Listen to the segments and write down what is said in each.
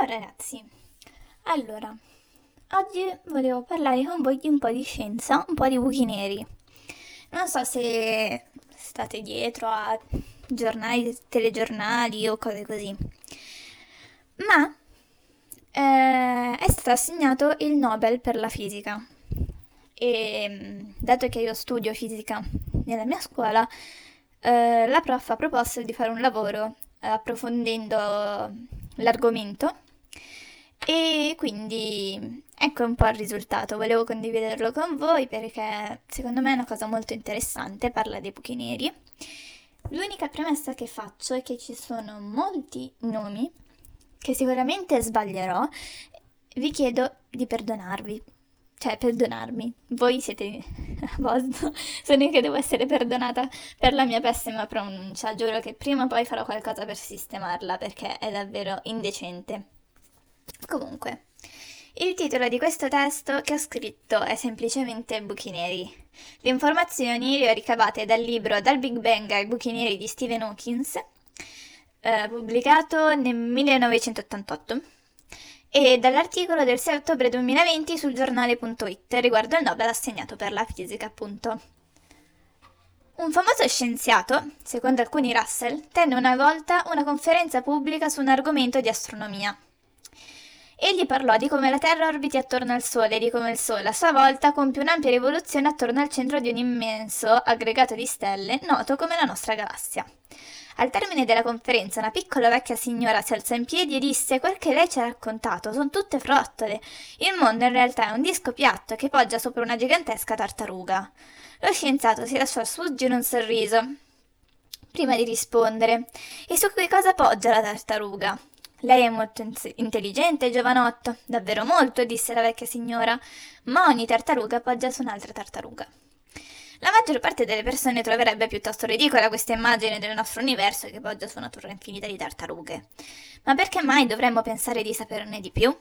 Ciao ragazzi, allora, oggi volevo parlare con voi di un po' di scienza, un po' di buchi neri. Non so se state dietro a giornali, telegiornali o cose così, ma è stato assegnato il Nobel per la fisica e dato che io studio fisica nella mia scuola, la prof ha proposto di fare un lavoro approfondendo l'argomento e quindi ecco un po' il risultato. Volevo condividerlo con voi perché secondo me è una cosa molto interessante, parla dei buchi neri. L'unica premessa che faccio è che ci sono molti nomi che sicuramente sbaglierò. Vi chiedo di perdonarvi, cioè perdonarmi. Voi siete a posto, sono io che devo essere perdonata per la mia pessima pronuncia. Giuro che prima o poi farò qualcosa per sistemarla perché è davvero indecente. Comunque, il titolo di questo testo che ho scritto è semplicemente Buchi neri. Le informazioni le ho ricavate dal libro Dal Big Bang ai buchi neri di Stephen Hawking, pubblicato nel 1988, e dall'articolo del 6 ottobre 2020 sul giornale.it riguardo il Nobel assegnato per la fisica, appunto. Un famoso scienziato, secondo alcuni Russell, tenne una volta una conferenza pubblica su un argomento di astronomia. Egli parlò di come la Terra orbiti attorno al Sole e di come il Sole a sua volta compie un'ampia rivoluzione attorno al centro di un immenso aggregato di stelle noto come la nostra galassia. Al termine della conferenza una piccola vecchia signora si alzò in piedi e disse: quel che lei ci ha raccontato sono tutte frottole. Il mondo in realtà è un disco piatto che poggia sopra una gigantesca tartaruga. Lo scienziato si lasciò sfuggire un sorriso prima di rispondere. E su che cosa poggia la tartaruga? Lei è molto intelligente, giovanotto. Davvero molto, disse la vecchia signora. Ma ogni tartaruga poggia su un'altra tartaruga. La maggior parte delle persone troverebbe piuttosto ridicola questa immagine del nostro universo che poggia su una torre infinita di tartarughe. Ma perché mai dovremmo pensare di saperne di più?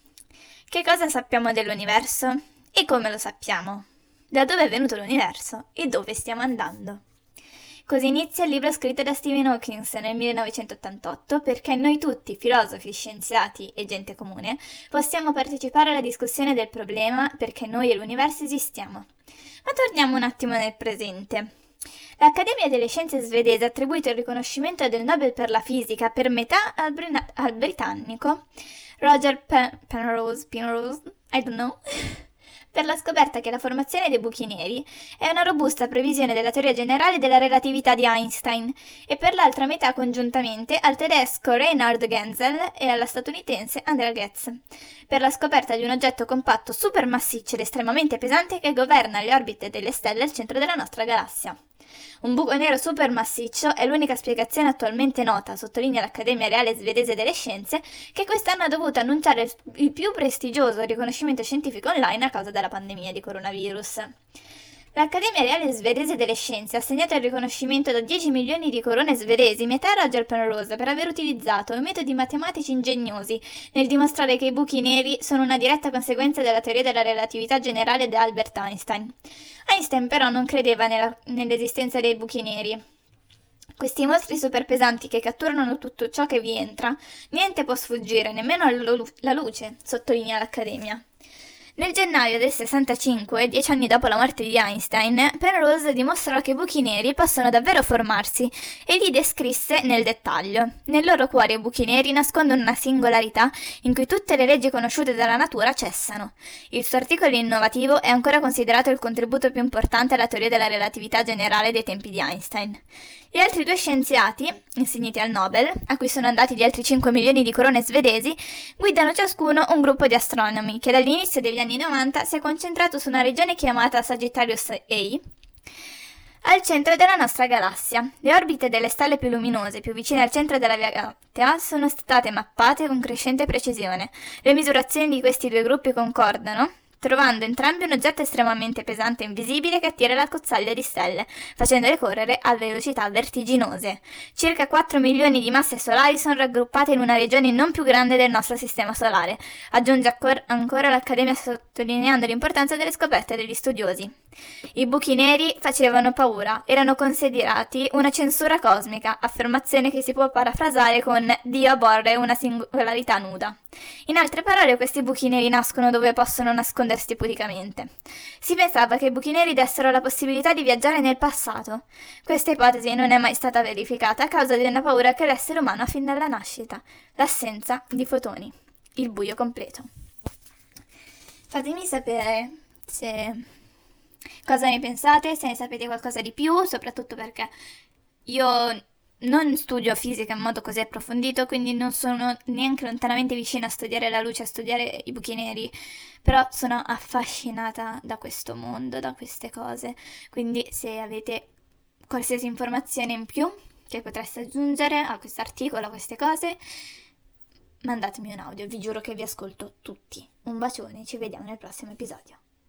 Che cosa sappiamo dell'universo? E come lo sappiamo? Da dove è venuto l'universo? E dove stiamo andando? Così inizia il libro scritto da Stephen Hawking nel 1988, perché noi tutti, filosofi, scienziati e gente comune, possiamo partecipare alla discussione del problema perché noi e l'universo esistiamo. Ma torniamo un attimo nel presente. L'Accademia delle Scienze svedese ha attribuito il riconoscimento del Nobel per la fisica per metà al britannico Roger Penrose, I don't know, per la scoperta che la formazione dei buchi neri è una robusta previsione della teoria generale della relatività di Einstein, e per l'altra metà congiuntamente al tedesco Reinhard Genzel e alla statunitense Andrea Ghez, per la scoperta di un oggetto compatto supermassiccio ed estremamente pesante che governa le orbite delle stelle al centro della nostra galassia. Un buco nero supermassiccio è l'unica spiegazione attualmente nota, sottolinea l'Accademia Reale Svedese delle Scienze, che quest'anno ha dovuto annunciare il più prestigioso riconoscimento scientifico online a causa della pandemia di coronavirus. L'Accademia Reale Svedese delle Scienze ha assegnato il riconoscimento da 10 milioni di corone svedesi, metà a Roger Penrose, per aver utilizzato metodi matematici ingegnosi nel dimostrare che i buchi neri sono una diretta conseguenza della teoria della relatività generale di Albert Einstein. Einstein però non credeva nell'esistenza dei buchi neri. Questi mostri superpesanti che catturano tutto ciò che vi entra, niente può sfuggire, nemmeno la luce, sottolinea l'Accademia. Nel gennaio del 65, 10 anni dopo la morte di Einstein, Penrose dimostrò che i buchi neri possono davvero formarsi e li descrisse nel dettaglio. Nel loro cuore i buchi neri nascondono una singolarità in cui tutte le leggi conosciute dalla natura cessano. Il suo articolo innovativo è ancora considerato il contributo più importante alla teoria della relatività generale dei tempi di Einstein. Gli altri due scienziati, insigniti al Nobel, a cui sono andati gli altri 5 milioni di corone svedesi, guidano ciascuno un gruppo di astronomi che dall'inizio degli anni 90 si è concentrato su una regione chiamata Sagittarius A, al centro della nostra galassia. Le orbite delle stelle più luminose, più vicine al centro della Via Lattea, sono state mappate con crescente precisione. Le misurazioni di questi due gruppi concordano, trovando entrambi un oggetto estremamente pesante e invisibile che attira l'accozzaglia di stelle, facendole correre a velocità vertiginose. Circa 4 milioni di masse solari sono raggruppate in una regione non più grande del nostro sistema solare, aggiunge ancora l'Accademia sottolineando l'importanza delle scoperte degli studiosi. I buchi neri facevano paura, erano considerati una censura cosmica, affermazione che si può parafrasare con Dio aborre una singolarità nuda. In altre parole, questi buchi neri nascono dove possono nascondersi pudicamente. Si pensava che i buchi neri dessero la possibilità di viaggiare nel passato. Questa ipotesi non è mai stata verificata a causa di una paura che l'essere umano ha fin dalla nascita, l'assenza di fotoni, il buio completo. Fatemi sapere se cosa ne pensate, se ne sapete qualcosa di più, soprattutto perché io non studio fisica in modo così approfondito, quindi non sono neanche lontanamente vicina a studiare la luce, a studiare i buchi neri, però sono affascinata da questo mondo, da queste cose, quindi se avete qualsiasi informazione in più che potreste aggiungere a questo articolo, a queste cose, mandatemi un audio, vi giuro che vi ascolto tutti. Un bacione, ci vediamo nel prossimo episodio.